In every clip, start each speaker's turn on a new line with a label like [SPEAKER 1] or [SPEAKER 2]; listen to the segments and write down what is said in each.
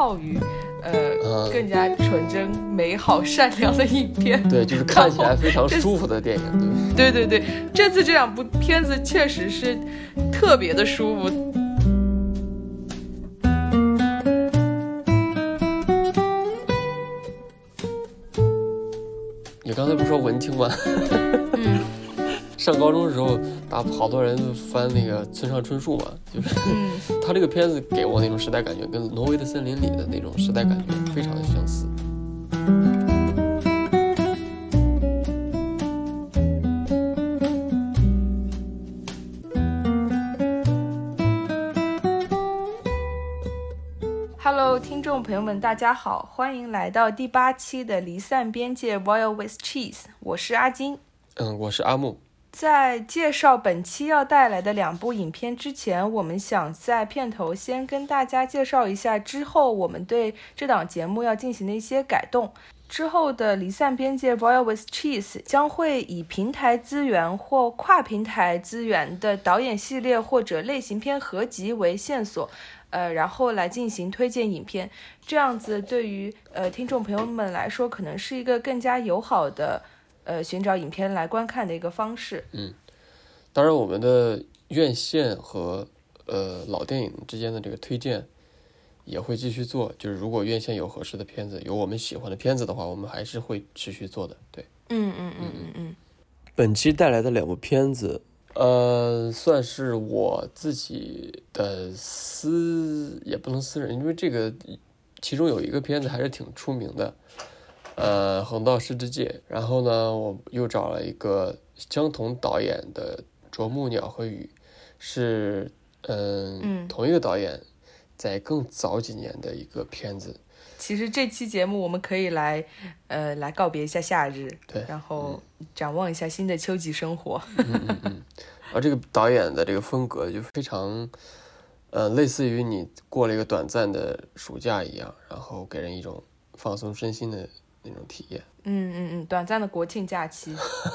[SPEAKER 1] 貌与更加纯真、美好、善良的影片。
[SPEAKER 2] 对，就是看起来非常舒服的电影。
[SPEAKER 1] 对对对，这次这两部片子确实是特别的舒服。
[SPEAKER 2] 你刚才不是说文青吗？上高中的时候，好多人翻那个村上春树嘛，就是他这个片子给我那种时代感觉，跟《挪威的森林》里的那种时代感觉非常的相似。
[SPEAKER 1] Hello， 听众朋友们，大家好，欢迎来到第8期的离散边界 Royal with Cheese， 我是阿金。
[SPEAKER 2] 我是阿木。
[SPEAKER 1] 在介绍本期要带来的两部影片之前，我们想在片头先跟大家介绍一下之后我们对这档节目要进行的一些改动。之后的离散边界 Royal with Cheese 将会以平台资源或跨平台资源的导演系列或者类型片合集为线索，然后来进行推荐影片。这样子对于听众朋友们来说，可能是一个更加友好的寻找影片来观看的一个方式。
[SPEAKER 2] 当然我们的院线和老电影之间的这个推荐也会继续做，就是如果院线有合适的片子，有我们喜欢的片子的话，我们还是会持续做的。对，本期带来的两部片子，算是我自己的也不能私人，因为这个其中有一个片子还是挺出名的。横道世之介，然后呢，我又找了一个相同导演的啄木鸟和雨，是同一个导演在更早几年的一个片子。
[SPEAKER 1] 其实这期节目我们可以来告别一下夏日，
[SPEAKER 2] 对，
[SPEAKER 1] 然后展望一下新的秋季生活。
[SPEAKER 2] 而这个导演的这个风格就非常类似于你过了一个短暂的暑假一样，然后给人一种放松身心的那种体验。
[SPEAKER 1] 短暂的国庆假期。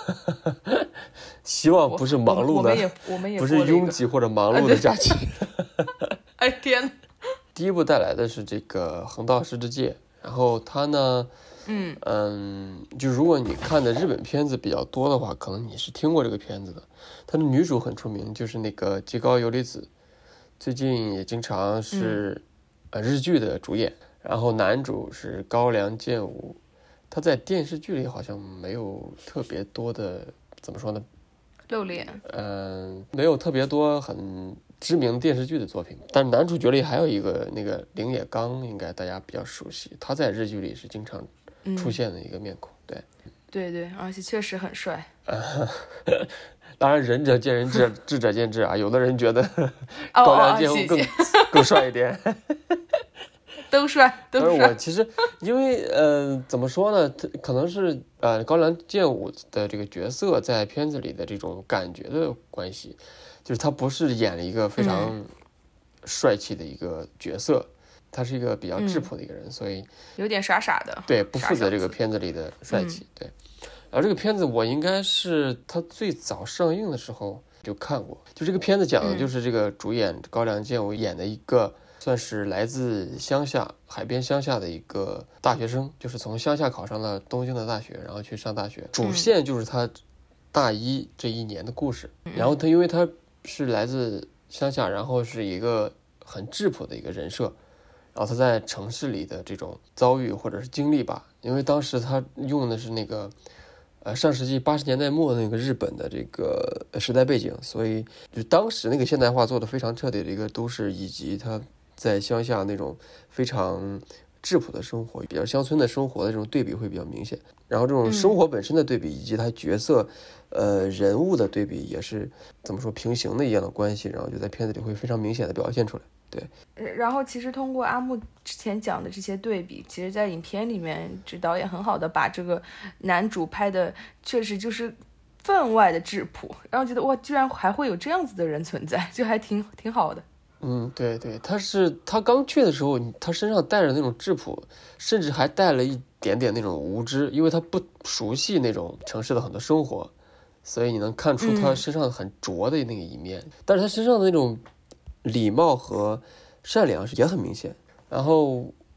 [SPEAKER 2] 希望不是忙碌的，
[SPEAKER 1] 我们也
[SPEAKER 2] 不是拥挤或者忙碌的假期。
[SPEAKER 1] 哎天！
[SPEAKER 2] 第一部带来的是这个横道世之介，然后他呢，就如果你看的日本片子比较多的话，可能你是听过这个片子的。他的女主很出名，就是那个吉高由里子，最近也经常是日剧的主演。然后男主是高良健吾，他在电视剧里好像没有特别多的，怎么说呢，
[SPEAKER 1] 露脸，
[SPEAKER 2] 没有特别多很知名电视剧的作品。但男主角里还有一个那个铃野刚，应该大家比较熟悉，他在日剧里是经常出现的一个面孔。
[SPEAKER 1] 对，而且确实很帅。
[SPEAKER 2] 当然仁者见仁，智者见智啊，有的人觉得高良健吾更帅一点。
[SPEAKER 1] 都帅。
[SPEAKER 2] 但是我其实因为怎么说呢，可能是高良健吾的这个角色在片子里的这种感觉的关系，就是他不是演了一个非常帅气的一个角色，他是一个比较质朴的一个人，所以
[SPEAKER 1] 有点傻傻的，
[SPEAKER 2] 对，不负责这个片子里的帅气。对，然后这个片子我应该是他最早上映的时候就看过，就这个片子讲的就是这个主演高良健吾演的一个算是来自乡下海边乡下的一个大学生，就是从乡下考上了东京的大学，然后去上大学，主线就是他大一这一年的故事。然后他因为他是来自乡下，然后是一个很质朴的一个人设，然后他在城市里的这种遭遇或者是经历吧，因为当时他用的是那个上世纪80年代末那个日本的这个时代背景，所以就当时那个现代化做的非常彻底的一个都市，以及他在乡下那种非常质朴的生活，比较乡村的生活的这种对比会比较明显。然后这种生活本身的对比，以及他角色人物的对比，也是怎么说平行的一样的关系，然后就在片子里会非常明显的表现出来。对，
[SPEAKER 1] 然后其实通过阿木之前讲的这些对比，其实在影片里面这导演很好的把这个男主拍的确实就是分外的质朴，然后觉得哇，居然还会有这样子的人存在，就还挺好的。
[SPEAKER 2] 对，他刚去的时候，他身上带着那种质朴，甚至还带了一点点那种无知，因为他不熟悉那种城市的很多生活，所以你能看出他身上很拙的那个一面。但是他身上的那种礼貌和善良也很明显。然后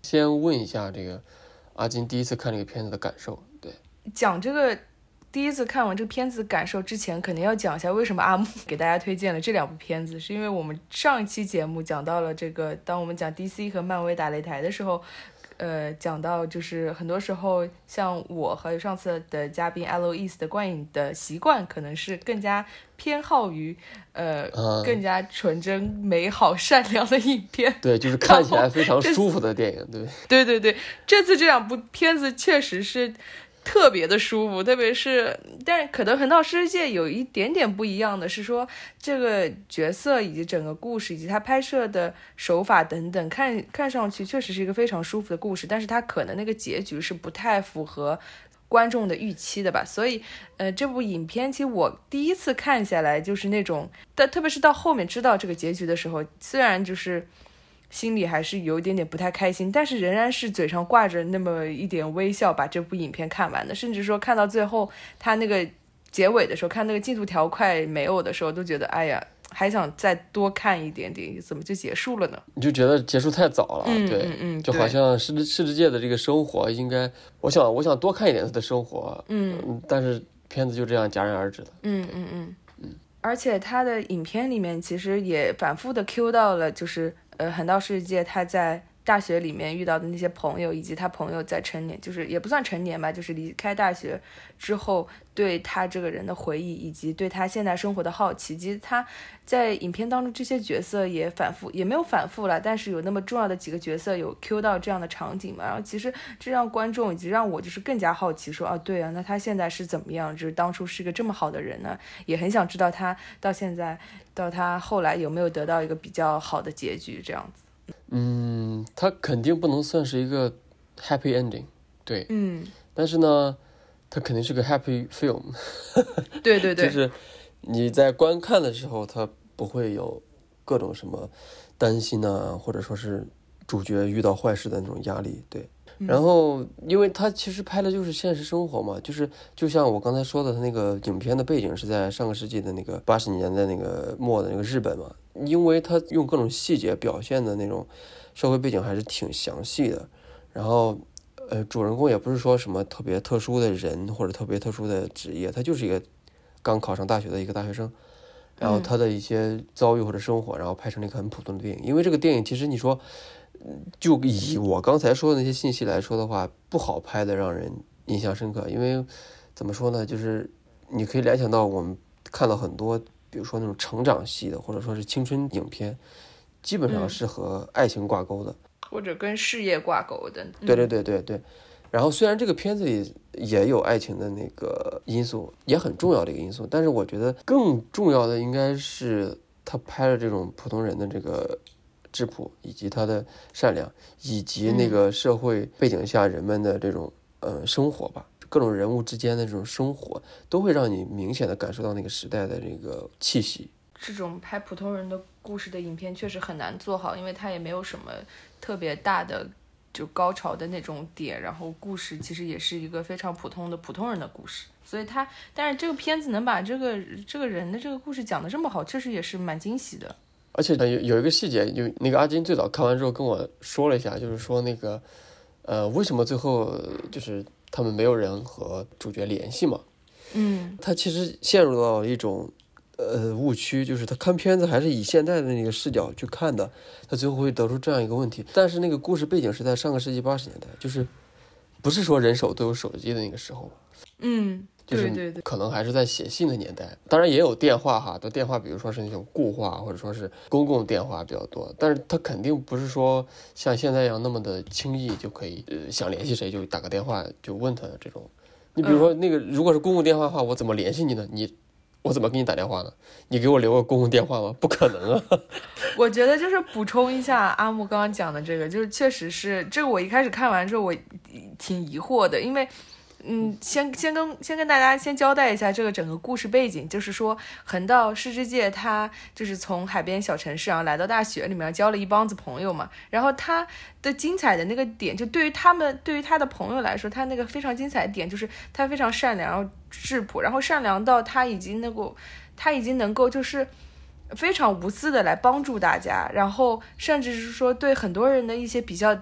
[SPEAKER 2] 先问一下这个阿金第一次看这个片子的感受。对，
[SPEAKER 1] 讲这个第一次看完这个片子感受之前，肯定要讲一下为什么阿木给大家推荐了这两部片子，是因为我们上一期节目讲到了这个，当我们讲 DC 和漫威打擂台的时候，讲到就是很多时候像我和上次的嘉宾 Eloise 的观影的习惯，可能是更加偏好于更加纯真美好善良的影片。
[SPEAKER 2] 对，就是看起来非常舒服的电影。
[SPEAKER 1] 对，这次这两部片子确实是特别的舒服，特别是，但是可能横道世界有一点点不一样的是说，这个角色以及整个故事以及他拍摄的手法等等，看上去确实是一个非常舒服的故事，但是他可能那个结局是不太符合观众的预期的吧。所以这部影片其实我第一次看下来就是那种，但特别是到后面知道这个结局的时候，虽然就是心里还是有一点点不太开心，但是仍然是嘴上挂着那么一点微笑把这部影片看完的。甚至说看到最后他那个结尾的时候，看那个进度条快没有的时候，都觉得哎呀，还想再多看一点点，怎么就结束了呢？
[SPEAKER 2] 你就觉得结束太早了。对，就好像世之介的这个生活应该，我想多看一点他的生活，但是片子就这样戛然而止了。
[SPEAKER 1] 而且他的影片里面其实也反复的 cue 到了，就是横道世界他在大学里面遇到的那些朋友，以及他朋友在成年，就是也不算成年吧，就是离开大学之后对他这个人的回忆，以及对他现在生活的好奇。其实他在影片当中这些角色也没有反复了，但是有那么重要的几个角色有 cue 到这样的场景嘛。然后其实这让观众以及让我就是更加好奇说，啊对啊，那他现在是怎么样，就是当初是个这么好的人呢？也很想知道他到现在到他后来有没有得到一个比较好的结局这样子。
[SPEAKER 2] 它肯定不能算是一个 happy ending， 对，但是呢，它肯定是个 happy film，
[SPEAKER 1] 对，
[SPEAKER 2] 就是你在观看的时候，它不会有各种什么担心啊，或者说是主角遇到坏事的那种压力，对。然后，因为他其实拍的就是现实生活嘛，就像我刚才说的，他那个影片的背景是在上个世纪的那个80年代那个末的那个日本嘛，因为他用各种细节表现的那种社会背景还是挺详细的。然后，主人公也不是说什么特别特殊的人或者特别特殊的职业，他就是一个刚考上大学的一个大学生，然后他的一些遭遇或者生活，然后拍成了一个很普通的电影。因为这个电影其实你说，就以我刚才说的那些信息来说的话，不好拍的让人印象深刻。因为怎么说呢，就是你可以联想到我们看到很多，比如说那种成长系的，或者说是青春影片，基本上是和爱情挂钩的，
[SPEAKER 1] 或者跟事业挂钩的。
[SPEAKER 2] 对。然后虽然这个片子里也有爱情的那个因素，也很重要的一个因素，但是我觉得更重要的应该是他拍了这种普通人的这个质朴，以及他的善良，以及那个社会背景下人们的这种生活吧，各种人物之间的这种生活，都会让你明显的感受到那个时代的这个气息。
[SPEAKER 1] 这种拍普通人的故事的影片确实很难做好，因为它也没有什么特别大的就高潮的那种点，然后故事其实也是一个非常普通人的故事，所以但是这个片子能把这个人的这个故事讲得这么好，确实也是蛮惊喜的。
[SPEAKER 2] 而且有一个细节，就那个阿金最早看完之后跟我说了一下，就是说那个为什么最后就是他们没有人和主角联系嘛？他其实陷入到一种误区，就是他看片子还是以现代的那个视角去看的，他最后会得出这样一个问题。但是那个故事背景是在上个世纪80年代，就是不是说人手都有手机的那个时候。就是可能还是在写信的年代，当然也有电话哈，的电话比如说是那种固话或者说是公共电话比较多，但是它肯定不是说像现在一样那么的轻易就可以想联系谁就打个电话就问他这种。你比如说那个如果是公共电话的话，我怎么联系你呢？我怎么给你打电话呢？你给我留个公共电话吗？不可能啊。
[SPEAKER 1] 我觉得就是补充一下阿木刚刚讲的这个，就是确实是这个，我一开始看完之后我挺疑惑的，因为先跟大家先交代一下这个整个故事背景，就是说横道世之介他就是从海边小城市然后来到大学里面交了一帮子朋友嘛，然后他的精彩的那个点，就对于他的朋友来说，他那个非常精彩的点就是他非常善良，然后质朴，然后善良到他已经能够就是非常无私的来帮助大家，然后甚至是说对很多人的一些比较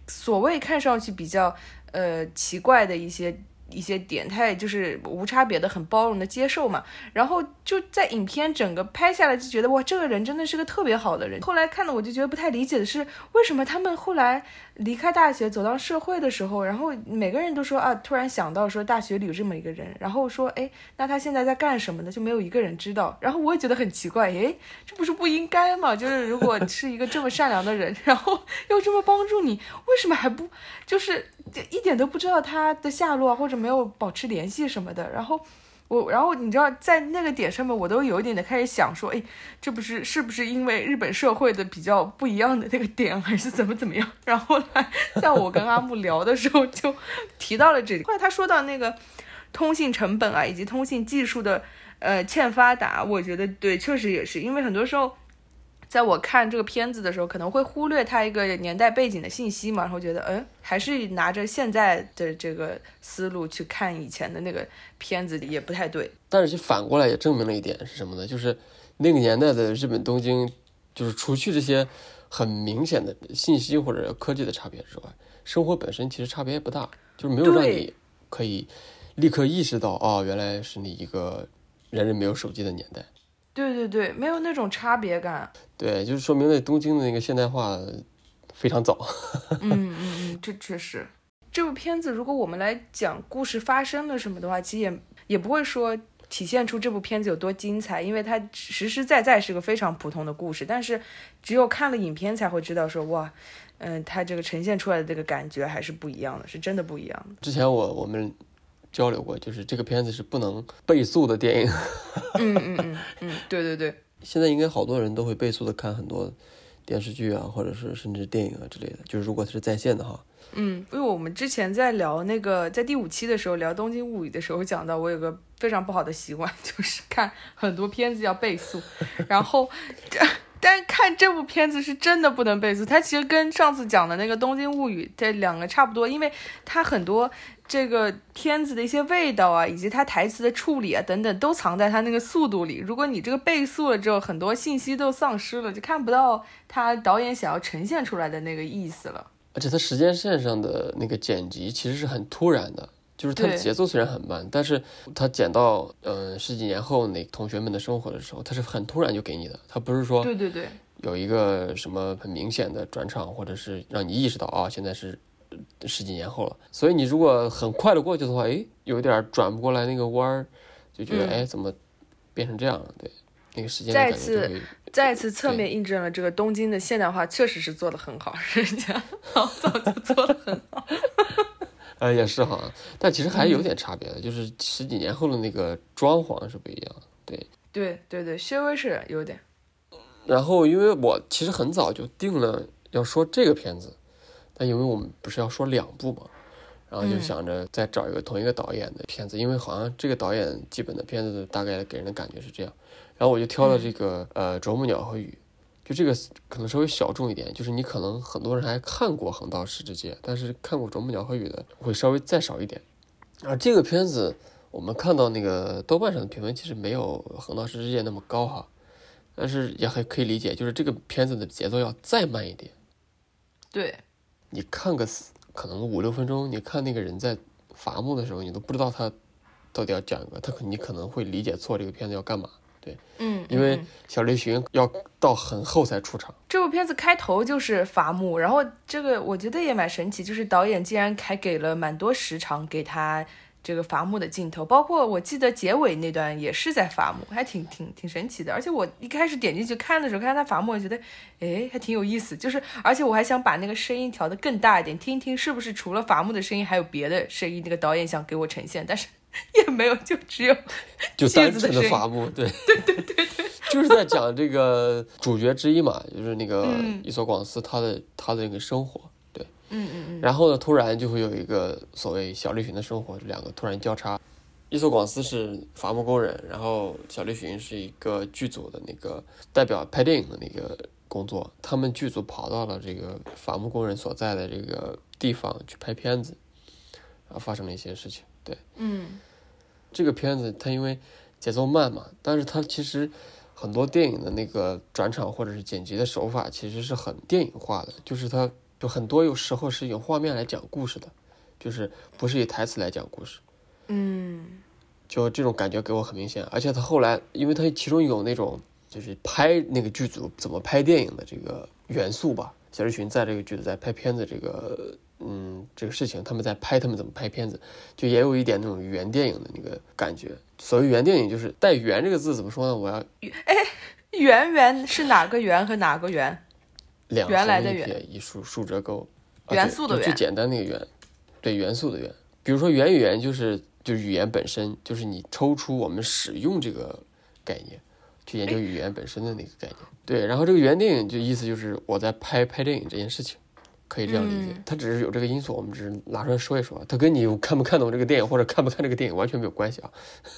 [SPEAKER 1] 所谓看上去比较奇怪的一些点，他也就是无差别的很包容的接受嘛，然后就在影片整个拍下来就觉得哇，这个人真的是个特别好的人。后来看的我就觉得不太理解的是，为什么他们后来离开大学走到社会的时候，然后每个人都说啊，突然想到说大学里有这么一个人，然后说哎，那他现在在干什么呢？就没有一个人知道。然后我也觉得很奇怪，哎，这不是不应该吗？就是如果是一个这么善良的人，然后又这么帮助你，为什么还不就是一点都不知道他的下落，或者没有保持联系什么的？然后你知道，在那个点上面，我都有一点的开始想说，哎，是不是因为日本社会的比较不一样的那个点，还是怎么样？然后来，在我跟阿木聊的时候，就提到了这里。后来他说到那个通信成本啊，以及通信技术的欠发达，我觉得对，确实也是，因为很多时候。在我看这个片子的时候，可能会忽略它一个年代背景的信息嘛，然后觉得还是拿着现在的这个思路去看以前的那个片子也不太对。
[SPEAKER 2] 但是反过来也证明了一点是什么呢？就是那个年代的日本东京，就是除去这些很明显的信息或者科技的差别之外，生活本身其实差别也不大，就是没有让你可以立刻意识到哦，原来是你一个人人没有手机的年代。
[SPEAKER 1] 对，没有那种差别感。
[SPEAKER 2] 对，就是说明那东京的那个现代化非常早。
[SPEAKER 1] 这确实。这部片子如果我们来讲故事发生了什么的话，其实也不会说体现出这部片子有多精彩，因为它实实在在是个非常普通的故事，但是只有看了影片才会知道说哇，它这个呈现出来的这个感觉还是不一样的，是真的不一样的。
[SPEAKER 2] 之前我们交流过，就是这个片子是不能倍速的电影。
[SPEAKER 1] 对。
[SPEAKER 2] 现在应该好多人都会倍速的看很多电视剧啊，或者是甚至电影啊之类的，就是如果它是在线的哈。
[SPEAKER 1] 因为我们之前在聊那个在第5期的时候聊《东京物语》的时候讲到，我有个非常不好的习惯，就是看很多片子要倍速，然后但看这部片子是真的不能倍速，它其实跟上次讲的那个《东京物语》这两个差不多，因为它很多这个片子的一些味道啊，以及它台词的处理啊等等，都藏在它那个速度里。如果你这个倍速了之后，很多信息都丧失了，就看不到他导演想要呈现出来的那个意思了。
[SPEAKER 2] 而且它时间线上的那个剪辑其实是很突然的，就是它的节奏虽然很慢，但是它剪到十几年后那同学们的生活的时候，它是很突然就给你的，它不是说
[SPEAKER 1] 对
[SPEAKER 2] 有一个什么很明显的转场，或者是让你意识到啊现在是十几年后了。所以你如果很快的过去的话，有点转不过来那个弯儿，就觉得怎么变成这样了？对，那个时间的感觉就会
[SPEAKER 1] 再次侧面印证了这个东京的现代化确实是做得很好，人家老早就做得很好。
[SPEAKER 2] 也是哈，但其实还有点差别的，就是十几年后的那个装潢是不一样的。
[SPEAKER 1] 对，稍微是有点。
[SPEAKER 2] 然后因为我其实很早就定了要说这个片子，但因为我们不是要说2部嘛，然后就想着再找一个同一个导演的片子，因为好像这个导演基本的片子大概给人的感觉是这样。然后我就挑了这个啄木鸟和雨，就这个可能稍微小众一点，就是你可能很多人还看过横道世之介，但是看过啄木鸟和雨的会稍微再少一点。而这个片子我们看到那个豆瓣上的评分其实没有横道世之介那么高哈，但是也还可以理解，就是这个片子的节奏要再慢一点。
[SPEAKER 1] 对，
[SPEAKER 2] 你看个可能5-6分钟，你看那个人在伐木的时候，你都不知道他到底要讲个，你可能会理解错这个片子要干嘛。对，因为小栗旬要到很后才出场。
[SPEAKER 1] 这部片子开头就是伐木，然后这个我觉得也蛮神奇，就是导演竟然还给了蛮多时长给他这个伐木的镜头，包括我记得结尾那段也是在伐木，还挺神奇的。而且我一开始点进去看的时候，看他伐木，我觉得还挺有意思，就是而且我还想把那个声音调得更大一点，听一听是不是除了伐木的声音还有别的声音，那个导演想给我呈现，但是也没有，就只有
[SPEAKER 2] 就单纯的伐木。对，就是在讲这个主角之一嘛，就是那个伊索广司他的那个生活。对，然后呢，突然就会有一个所谓小栗旬的生活，这两个突然交叉。伊索广司是伐木工人，然后小栗旬是一个剧组的那个代表拍电影的那个工作，他们剧组跑到了这个伐木工人所在的这个地方去拍片子，然后发生了一些事情。对，这个片子它因为节奏慢嘛，但是它其实很多电影的那个转场或者是剪辑的手法其实是很电影化的，就是它比就很多有时候是用画面来讲故事的，就是不是以台词来讲故事。就这种感觉给我很明显。而且他后来，因为他其中有那种就是拍那个剧组怎么拍电影的这个元素吧，小栗旬在这个剧组在拍片子这个这个事情，他们在拍他们怎么拍片子，就也有一点那种原电影的那个感觉。所谓原电影就是带原这个字怎么说呢？我要
[SPEAKER 1] 圆是哪个圆和哪个圆？
[SPEAKER 2] 原来的圆，一竖折钩，
[SPEAKER 1] 元素的元，
[SPEAKER 2] 最简单那个元，对，元素的元。比如说元语言就是语言本身，就是你抽出我们使用这个概念去研究语言本身的那个概念。对，然后这个原电影就意思就是我在拍电影这件事情，可以这样理解。它只是有这个因素，我们只是拿出来说一说，它跟你看不看懂这个电影或者看不看这个电影完全没有关系啊。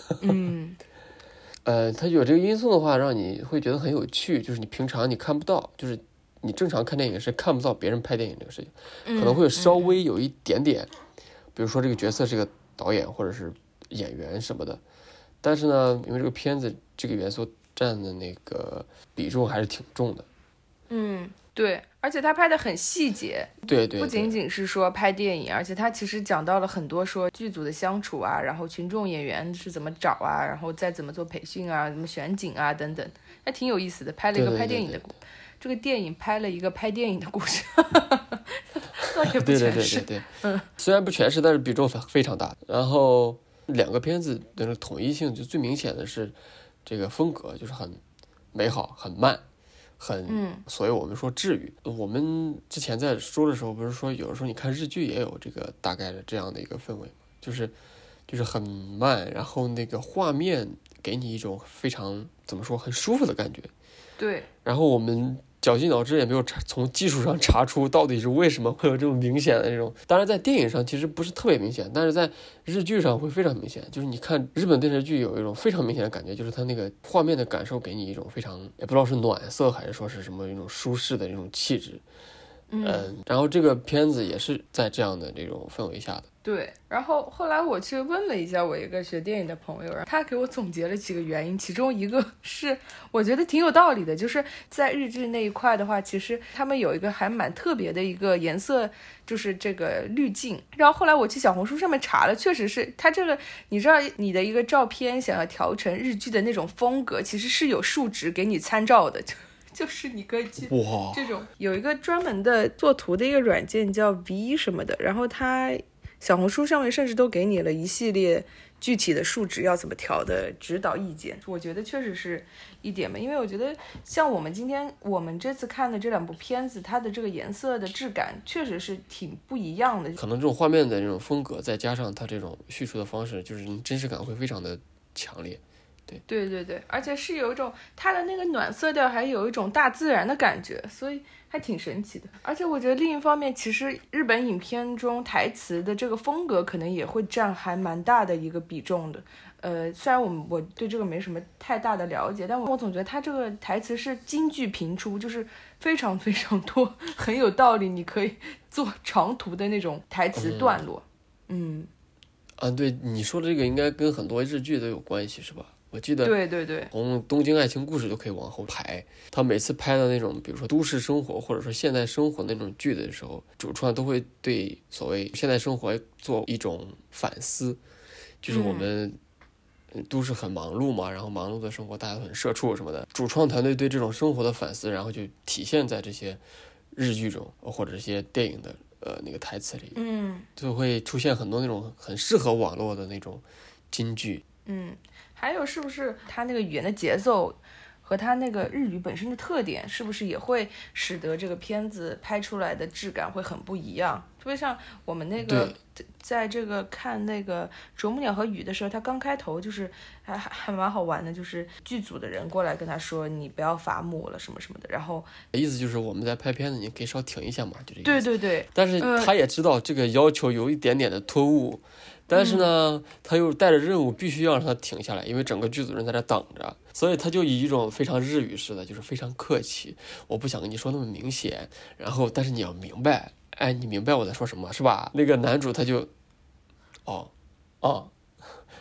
[SPEAKER 2] 它有这个因素的话，让你会觉得很有趣，就是你平常你看不到，就是你正常看电影是看不到别人拍电影这个事情，可能会稍微有一点点，比如说这个角色是个导演或者是演员什么的，但是呢，因为这个片子这个元素占的那个比重还是挺重的。
[SPEAKER 1] 对，而且他拍的很细节，
[SPEAKER 2] 对，
[SPEAKER 1] 不仅仅是说拍电影，而且他其实讲到了很多说剧组的相处啊，然后群众演员是怎么找啊，然后再怎么做培训啊，怎么选景啊等等，还挺有意思的。拍了一个拍电影的这个电影拍了一个拍电影的故事，倒也不全是。
[SPEAKER 2] 对，虽然不全是，但是比重非常大。然后两个片子的统一性就最明显的是这个风格，就是很美好，很慢。所以我们说治愈。我们之前在说的时候不是说有的时候你看日剧也有这个大概的这样的一个氛围，就是很慢，然后那个画面给你一种非常怎么说很舒服的感觉。
[SPEAKER 1] 对，
[SPEAKER 2] 然后我们绞尽脑汁也没有从技术上查出到底是为什么会有这么明显的这种，当然在电影上其实不是特别明显，但是在日剧上会非常明显。就是你看日本电视剧有一种非常明显的感觉，就是它那个画面的感受给你一种非常也不知道是暖色还是说是什么一种舒适的这种气质。然后这个片子也是在这样的这种氛围下的。
[SPEAKER 1] 对，然后后来我去问了一下我一个学电影的朋友，然后他给我总结了几个原因，其中一个是我觉得挺有道理的，就是在日剧那一块的话，其实他们有一个还蛮特别的一个颜色，就是这个滤镜。然后后来我去小红书上面查了，确实是它这个，你知道你的一个照片想要调成日剧的那种风格，其实是有数值给你参照的。就是你可以去这种有一个专门的做图的一个软件叫 V 什么的，然后它小红书上面甚至都给你了一系列具体的数值要怎么调的指导意见。我觉得确实是一点嘛，因为我觉得像我们这次看的这两部片子，它的这个颜色的质感确实是挺不一样的，
[SPEAKER 2] 可能这种画面的这种风格再加上它这种叙述的方式，就是真实感会非常的强烈。
[SPEAKER 1] 对，而且是有一种它的那个暖色调，还有一种大自然的感觉，所以还挺神奇的。而且我觉得另一方面，其实日本影片中台词的这个风格可能也会占还蛮大的一个比重的。虽然我对这个没什么太大的了解，但我总觉得它这个台词是金句频出，就是非常非常多，很有道理，你可以做长途的那种台词段落。
[SPEAKER 2] 对，你说的这个应该跟很多日剧都有关系是吧？我记得
[SPEAKER 1] 对，
[SPEAKER 2] 从《东京爱情故事》就可以往后排，他每次拍的那种比如说都市生活或者说现代生活那种剧的时候，主创都会对所谓现代生活做一种反思，就是我们都市很忙碌嘛，然后忙碌的生活大家都很社畜什么的，主创团队对这种生活的反思，然后就体现在这些日剧中或者这些电影的那个台词里，就会出现很多那种很适合网络的那种金句。
[SPEAKER 1] 还有是不是它那个语言的节奏和它那个日语本身的特点，是不是也会使得这个片子拍出来的质感会很不一样？特别像我们那个在这个看那个《啄木鸟和雨》的时候，他刚开头就是还蛮好玩的，就是剧组的人过来跟他说你不要伐木了什么什么的，然后
[SPEAKER 2] 意思就是我们在拍片子你可以稍停一下嘛，就这个意思。
[SPEAKER 1] 对，
[SPEAKER 2] 但是他也知道这个要求有一点点的突兀，但是呢他又带着任务必须要让他停下来，因为整个剧组人在这等着，所以他就以一种非常日语式的，就是非常客气，我不想跟你说那么明显，然后但是你要明白，你明白我在说什么是吧？那个男主他就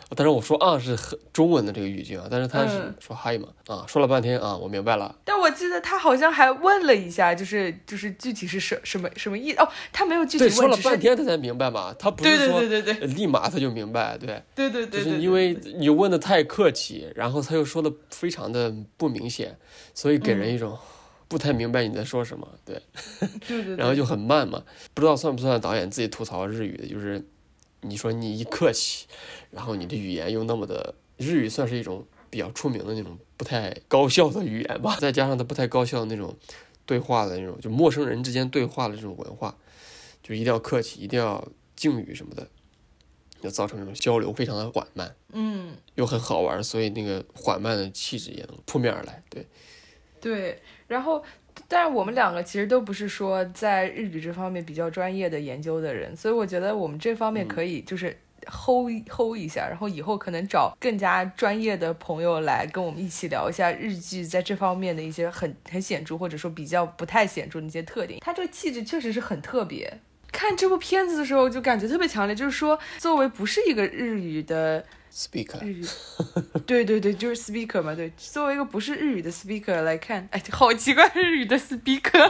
[SPEAKER 2] 当然我说啊是中文的这个语境啊，但是他是说嗨嘛，说了半天啊，我明白了。
[SPEAKER 1] 但我记得他好像还问了一下，就是具体是什么意思哦，他没有具体问，
[SPEAKER 2] 对，说了半天他才明白嘛，他不是说
[SPEAKER 1] 对
[SPEAKER 2] 立马他就明白，
[SPEAKER 1] 对，
[SPEAKER 2] 就是因为你问的太客气，然后他又说的非常的不明显，所以给人一种不太明白你在说什么，对，然后就很慢嘛，不知道算不算导演自己吐槽日语的，就是你说你一客气，然后你的语言又那么的，日语算是一种比较出名的那种不太高效的语言吧，再加上它不太高效的那种对话的那种，就陌生人之间对话的这种文化，就一定要客气，一定要敬语什么的，要造成这种交流非常的缓慢，又很好玩，所以那个缓慢的气质也能扑面而来，
[SPEAKER 1] 对，然后。但是我们两个其实都不是说在日语这方面比较专业的研究的人，所以我觉得我们这方面可以就是hold一下，然后以后可能找更加专业的朋友来跟我们一起聊一下日剧在这方面的一些很显著或者说比较不太显著的一些特点。它这个气质确实是很特别。看这部片子的时候就感觉特别强烈，就是说作为不是一个日语的
[SPEAKER 2] speaker，
[SPEAKER 1] 日语对，就是 speaker 嘛，对，作为一个不是日语的 speaker 来看，哎，好奇怪，日语的 speaker，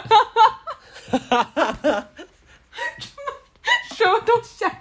[SPEAKER 1] 什么东西啊？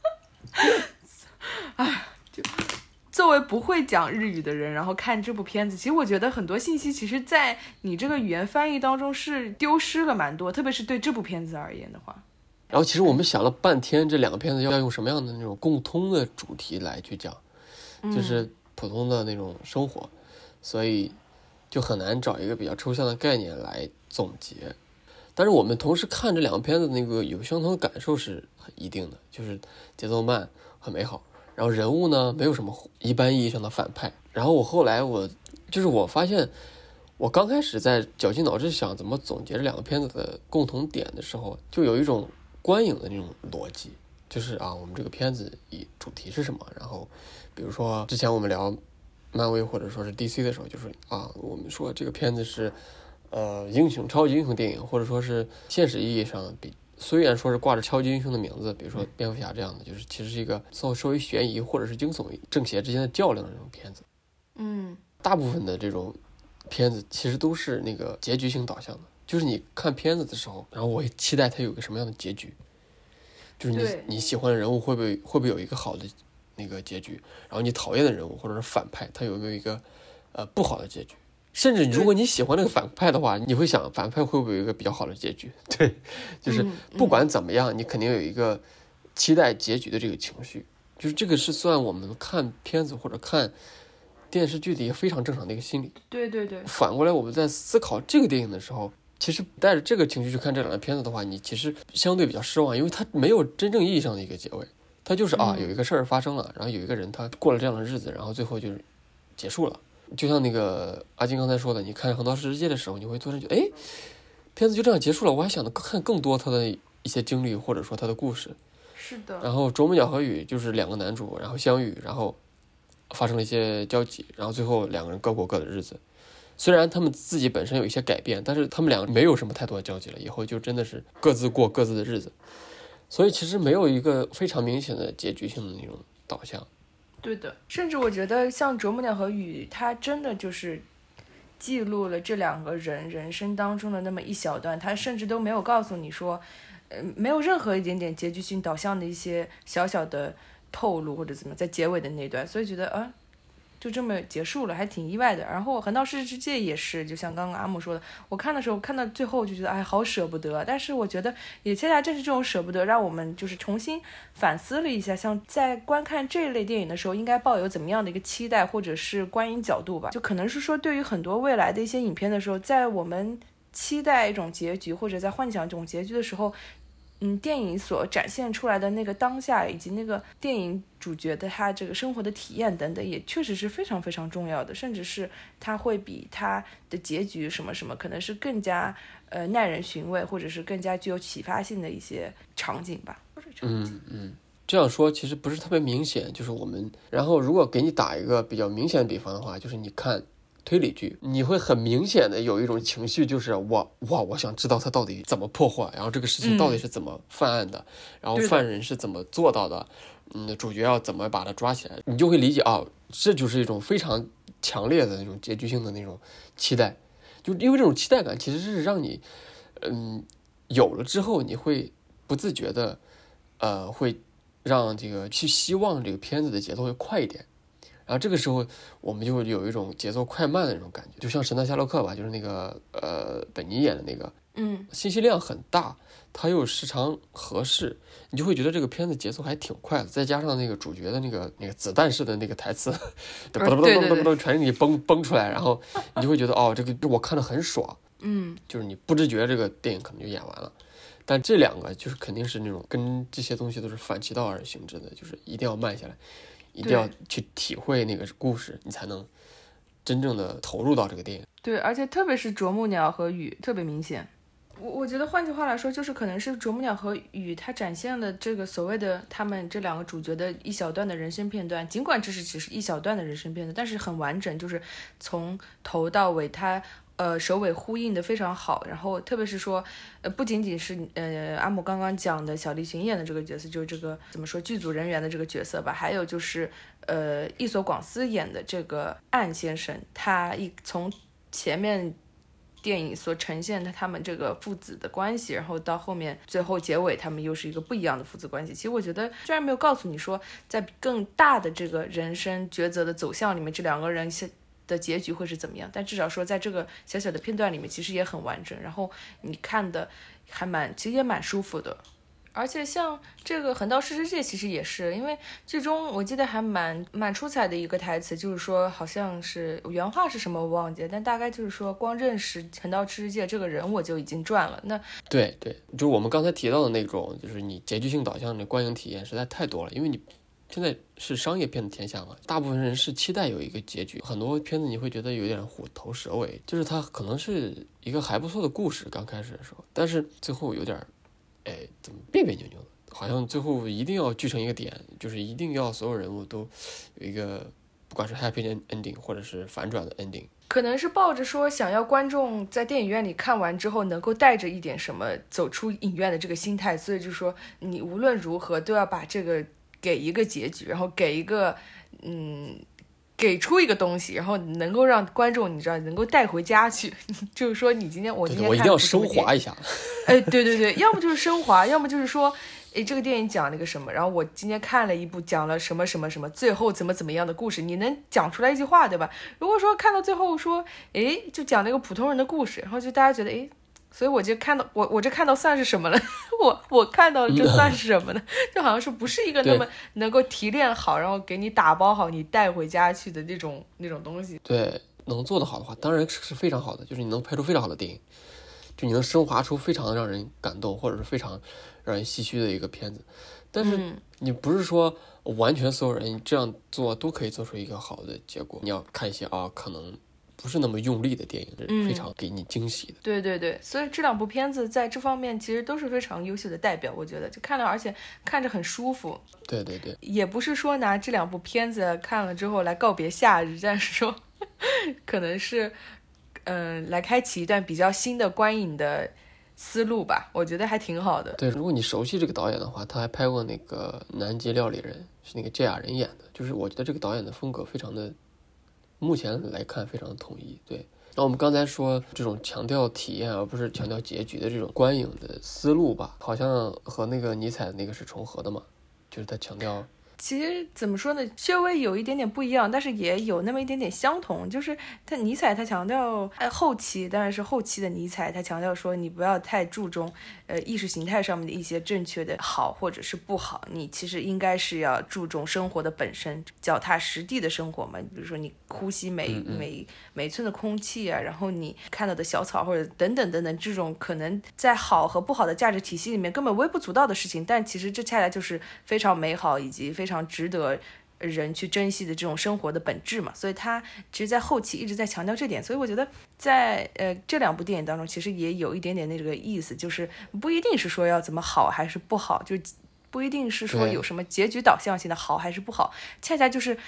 [SPEAKER 1] 哎，就作为不会讲日语的人，然后看这部片子，其实我觉得很多信息，其实在你这个语言翻译当中是丢失了蛮多，特别是对这部片子而言的话。
[SPEAKER 2] 然后其实我们想了半天，这两个片子要用什么样的那种共通的主题来去讲，就是普通的那种生活，所以就很难找一个比较抽象的概念来总结。但是我们同时看这两个片子，那个有相同的感受是很一定的，就是节奏慢，很美好。然后人物呢，没有什么一般意义上的反派。然后后来我发现，我刚开始在绞尽脑汁想怎么总结这两个片子的共同点的时候，就有一种观影的那种逻辑，就是我们这个片子以主题是什么？然后，比如说之前我们聊漫威或者说是 DC 的时候，就是我们说这个片子是超级英雄电影，或者说是现实意义上虽然说是挂着超级英雄的名字，比如说蝙蝠侠这样的，就是其实是一个稍微悬疑或者是惊悚正邪之间的较量的这种片子。大部分的这种片子其实都是那个结局性导向的。就是你看片子的时候，然后我也期待它有个什么样的结局，就是你喜欢的人物会不会有一个好的那个结局，然后你讨厌的人物或者是反派，他有没有一个不好的结局，甚至如果你喜欢那个反派的话，你会想反派会不会有一个比较好的结局。对，就是不管怎么样，你肯定有一个期待结局的这个情绪，就是这个是算我们看片子或者看电视剧的一个非常正常的一个心理。
[SPEAKER 1] 对，
[SPEAKER 2] 反过来我们在思考这个电影的时候，其实带着这个情绪去看这两个片子的话，你其实相对比较失望，因为它没有真正意义上的一个结尾，它就是有一个事儿发生了，然后有一个人他过了这样的日子，然后最后就是结束了。就像那个阿金刚才说的，你看《横刀世界》的时候，你会突然觉得，片子就这样结束了，我还想看更多他的一些经历或者说他的故事。
[SPEAKER 1] 是的。
[SPEAKER 2] 然后《啄木鸟和雨》就是两个男主，然后相遇，然后发生了一些交集，然后最后两个人各过各的日子。虽然他们自己本身有一些改变，但是他们两个没有什么太多的交集了，以后就真的是各自过各自的日子，所以其实没有一个非常明显的结局性的那种导向。
[SPEAKER 1] 对的，甚至我觉得像《啄木鸟和雨》，它真的就是记录了这两个人人生当中的那么一小段，它甚至都没有告诉你说，没有任何一点点结局性导向的一些小小的透露或者怎么在结尾的那段，所以觉得就这么结束了，还挺意外的。然后《横道世之介》也是，就像刚刚阿木说的，我看的时候看到最后就觉得好舍不得。但是我觉得也恰恰正是这种舍不得，让我们就是重新反思了一下，像在观看这一类电影的时候，应该抱有怎么样的一个期待或者是观影角度吧。就可能是说，对于很多未来的一些影片的时候，在我们期待一种结局或者在幻想一种结局的时候，电影所展现出来的那个当下，以及那个电影主角的他这个生活的体验等等，也确实是非常非常重要的，甚至是他会比他的结局什么什么可能是更加耐人寻味，或者是更加具有启发性的一些场景吧。
[SPEAKER 2] 这样说其实不是特别明显，就是然后如果给你打一个比较明显的比方的话，就是你看推理剧，你会很明显的有一种情绪，就是我想知道他到底怎么破获，然后这个事情到底是怎么犯案的，然后犯人是怎么做到的，主角要怎么把他抓起来，你就会理解这就是一种非常强烈的那种结局性的那种期待，就因为这种期待感其实是让你有了之后，你会不自觉的会让这个去希望这个片子的节奏会快一点。然后这个时候我们就会有一种节奏快慢的那种感觉，就像神探夏洛克吧，就是那个本尼演的那个，信息量很大，它又时长合适，你就会觉得这个片子节奏还挺快的，再加上那个主角的那个子弹式的那个台词，全给你崩出来，然后你就会觉得这个我看得很爽，就是你不知觉这个电影可能就演完了。但这两个就是肯定是那种跟这些东西都是反其道而行之的，就是一定要慢下来，一定要去体会那个故事，你才能真正的投入到这个电影。
[SPEAKER 1] 对，而且特别是啄木鸟和雨特别明显。我觉得换句话来说，就是可能是啄木鸟和雨它展现了这个所谓的他们这两个主角的一小段的人生片段，尽管这是只是一小段的人生片段，但是很完整，就是从头到尾它首尾呼应的非常好。然后特别是说不仅仅是阿姆刚刚讲的小栗旬演的这个角色，就是这个怎么说剧组人员的这个角色吧，还有就是伊索广司演的这个岸先生，他从前面电影所呈现的他们这个父子的关系，然后到后面最后结尾他们又是一个不一样的父子关系。其实我觉得虽然没有告诉你说在更大的这个人生抉择的走向里面这两个人的结局会是怎么样，但至少说在这个小小的片段里面其实也很完整，然后你看的其实也蛮舒服的。而且像这个横道世之介其实也是，因为剧中我记得还蛮出彩的一个台词，就是说好像是原话是什么我忘记了，但大概就是说光认识横道世之介这个人我就已经赚了。那
[SPEAKER 2] 对，就是我们刚才提到的那种，就是你结局性导向的观影体验实在太多了，因为你现在是商业片的天下嘛，大部分人是期待有一个结局，很多片子你会觉得有点虎头蛇尾，就是它可能是一个还不错的故事刚开始的时候，但是最后有点怎么别扭扭的，好像最后一定要聚成一个点，就是一定要所有人物都有一个不管是 happy ending 或者是反转的 ending，
[SPEAKER 1] 可能是抱着说想要观众在电影院里看完之后能够带着一点什么走出影院的这个心态，所以就说你无论如何都要把这个给一个结局，然后给一个给出一个东西，然后能够让观众你知道能够带回家去就是说我今天看
[SPEAKER 2] 我一定要升华一下
[SPEAKER 1] 对，要么就是升华，要么就是说这个电影讲了一个什么，然后我今天看了一部讲了什么什么什么，最后怎么样的故事，你能讲出来一句话，对吧？如果说看到最后说就讲了一个普通人的故事，然后就大家觉得所以我就看到我这看到算是什么了我看到这算是什么呢？就好像是不是一个那么能够提炼好然后给你打包好你带回家去的那种东西。
[SPEAKER 2] 对，能做得好的话当然是非常好的，就是你能拍出非常好的电影，就你能升华出非常让人感动或者是非常让人唏嘘的一个片子。但是你不是说完全所有人这样做都可以做出一个好的结果，你要看一些可能不是那么用力的电影，是非常给你惊喜的。
[SPEAKER 1] 对，所以这两部片子在这方面其实都是非常优秀的代表，我觉得就看了而且看着很舒服。
[SPEAKER 2] 对，
[SPEAKER 1] 也不是说拿这两部片子看了之后来告别夏日，但是说可能是来开启一段比较新的观影的思路吧，我觉得还挺好的。
[SPEAKER 2] 对，如果你熟悉这个导演的话，他还拍过那个《南极料理人》，是那个芥雅人演的，就是我觉得这个导演的风格非常的，目前来看非常的统一。对，那我们刚才说这种强调体验而不是强调结局的这种观影的思路吧，好像和那个尼采的那个是重合的嘛，就是他强调。
[SPEAKER 1] 其实怎么说呢，稍微有一点点不一样，但是也有那么一点点相同。就是尼采他强调后期，当然是后期的尼采，他强调说你不要太注重意识形态上面的一些正确的好或者是不好，你其实应该是要注重生活的本身，脚踏实地的生活嘛。比如说你呼吸每寸的空气啊，然后你看到的小草或者等等这种可能在好和不好的价值体系里面根本微不足道的事情，但其实这恰恰就是非常美好以及非常值得人去珍惜的这种生活的本质嘛。所以他其实在后期一直在强调这点，所以我觉得在这两部电影当中其实也有一点点那个意思，就是不一定是说要怎么好还是不好，就不一定是说有什么结局导向性的好还是不好，恰恰就是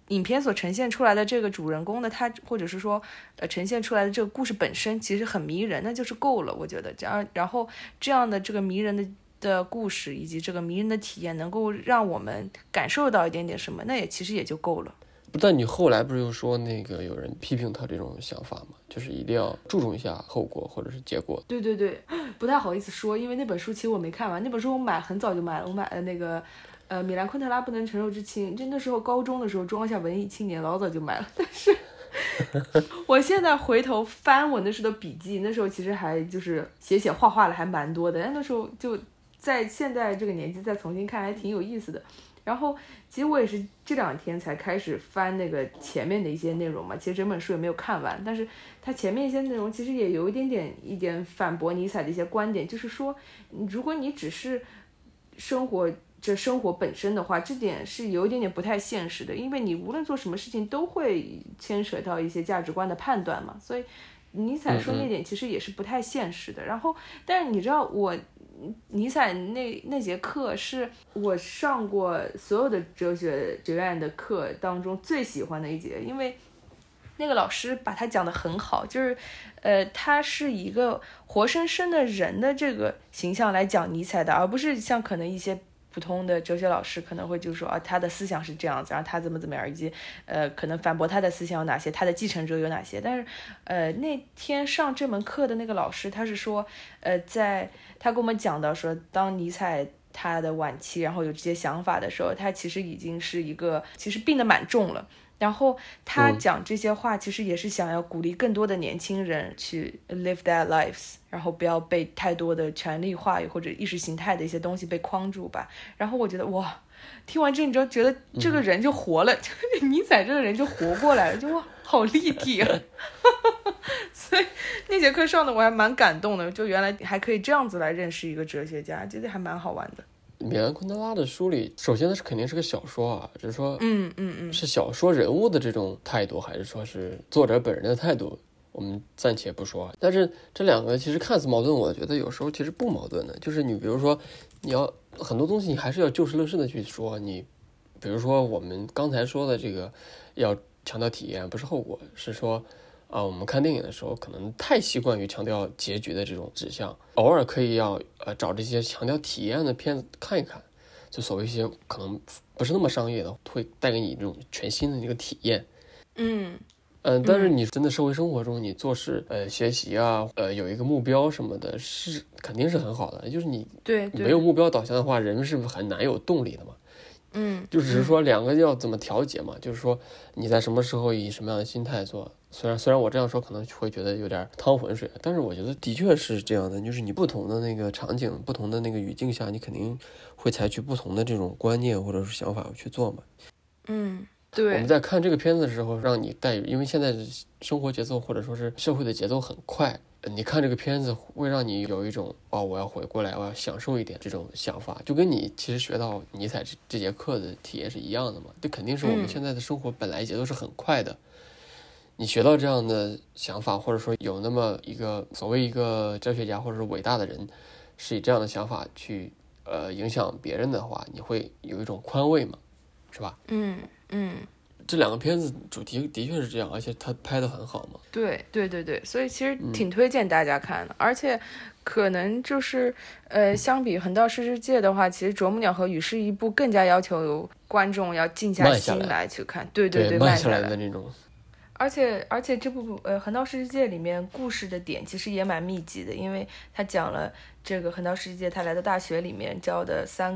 [SPEAKER 1] 影片所呈现出来的这个主人公的他，或者是说呈现出来的这个故事本身其实很迷人，那就是够了，我觉得这样。然后这样的这个迷人的故事以及这个迷人的体验能够让我们感受到一点点什么，那其实也就够了。
[SPEAKER 2] 但你后来不是又说那个有人批评他这种想法吗？就是一定要注重一下后果或者是结果。
[SPEAKER 1] 对对对，不太好意思说，因为那本书其实我没看完，那本书我很早就买了，我买了那个米兰昆特拉不能承受之轻，就那时候高中的时候装一下文艺青年，老早就买了，但是我现在回头翻我那时候的笔记，那时候其实还就是写画画的还蛮多的，但那时候就在现在这个年纪再重新看还挺有意思的。然后其实我也是这2天才开始翻那个前面的一些内容嘛，其实整本书也没有看完，但是它前面一些内容其实也有一点反驳尼采的一些观点，就是说如果你只是生活本身的话，这点是有一点点不太现实的，因为你无论做什么事情都会牵扯到一些价值观的判断嘛，所以尼采说那点其实也是不太现实的。然后但是你知道尼采那节课是我上过所有的哲学院的课当中最喜欢的一节，因为那个老师把他讲得很好，就是他是一个活生生的人的这个形象来讲尼采的，而不是像可能一些普通的哲学老师可能会就说他的思想是这样子，然后他怎么样，以及可能反驳他的思想有哪些，他的继承者有哪些。但是那天上这门课的那个老师他是说他跟我们讲到说，当尼采他的晚期然后有这些想法的时候，他其实已经是一个其实病得蛮重了，然后他讲这些话其实也是想要鼓励更多的年轻人去 live their lives， 然后不要被太多的权力话语或者意识形态的一些东西被框住吧。然后我觉得哇，听完这你就觉得这个人就活了，尼采这个人就活过来了，就哇好立体啊所以那节课上的我还蛮感动的，就原来还可以这样子来认识一个哲学家，觉得还蛮好玩的。
[SPEAKER 2] 米兰昆德拉的书里，首先它肯定是个小说啊，就是说是小说人物的这种态度，还是说是作者本人的态度，我们暂且不说。但是这两个其实看似矛盾，我觉得有时候其实不矛盾的。就是你比如说你要很多东西你还是要就事论事的去说，你比如说我们刚才说的这个要强调体验不是后果，是说我们看电影的时候可能太习惯于强调结局的这种指向，偶尔可以要找这些强调体验的片子看一看，就所谓一些可能不是那么商业的，会带给你这种全新的一个体验。但是你真的社会生活中你做事学习啊有一个目标什么的，是肯定是很好的，就是你没有目标导向的话，人是很难有动力的嘛。就只是说两个要怎么调节嘛，就是说你在什么时候以什么样的心态做。虽然我这样说可能会觉得有点趟浑水，但是我觉得的确是这样的，就是你不同的那个场景不同的那个语境下，你肯定会采取不同的这种观念或者是想法去做嘛。
[SPEAKER 1] 对，
[SPEAKER 2] 我们在看这个片子的时候让你带入，因为现在生活节奏或者说是社会的节奏很快，你看这个片子会让你有一种我要回过来，我要享受一点这种想法，就跟你其实学到尼采这节课的体验是一样的嘛。这肯定是我们现在的生活本来节奏是很快的，你学到这样的想法，或者说有那么一个所谓一个哲学家或者是伟大的人是以这样的想法去影响别人的话，你会有一种宽慰嘛，是吧？这两个片子主题的确是这样，而且它拍得很好嘛。
[SPEAKER 1] 对，所以其实挺推荐大家看的。而且可能就是相比横道世之介的话，其实啄木鸟和雨是一部更加要求观众要静下心来去看，对，
[SPEAKER 2] 慢下来的那种。
[SPEAKER 1] 而且这部横道世之介里面故事的点其实也蛮密集的，因为他讲了这个横道世之介他来到大学里面交的算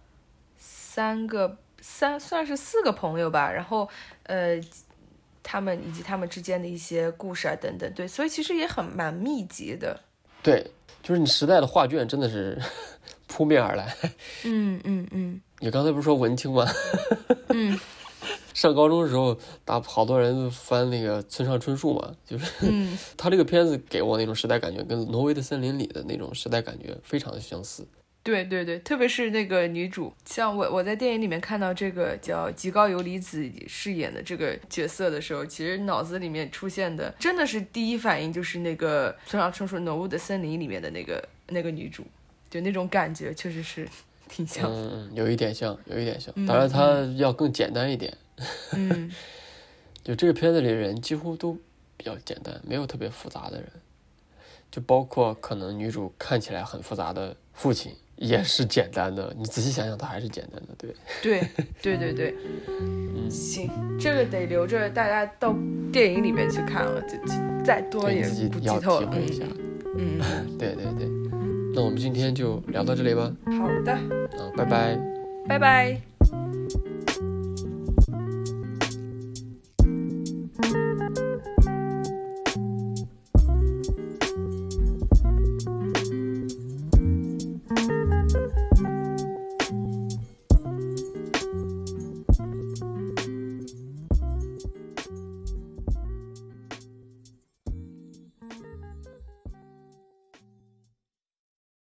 [SPEAKER 1] 是4个朋友吧，然后他们以及他们之间的一些故事啊等等，对，所以其实也蛮密集的。
[SPEAKER 2] 对，就是你时代的画卷真的是扑面而来。你刚才不是说文青吗？上高中的时候好多人翻那个村上春树嘛，就是他这个片子给我那种时代感觉跟挪威的森林里的那种时代感觉非常的相似。
[SPEAKER 1] 对，特别是那个女主，像我在电影里面看到这个叫吉高由里子饰演的这个角色的时候，其实脑子里面出现的真的是第一反应就是那个村上春树《挪威的森林》里面的那个女主，就那种感觉确实是挺像。
[SPEAKER 2] 有一点像，当然它要更简单一点。就这个片子里的人几乎都比较简单，没有特别复杂的人，就包括可能女主看起来很复杂的父亲也是简单的，你仔细想想他还是简单的。
[SPEAKER 1] 对，行，这个得留着大家到电影里面去看了，就再多也不剧透了。
[SPEAKER 2] 对，那我们今天就聊到这里吧。
[SPEAKER 1] 好的，
[SPEAKER 2] 拜拜。
[SPEAKER 1] 拜拜。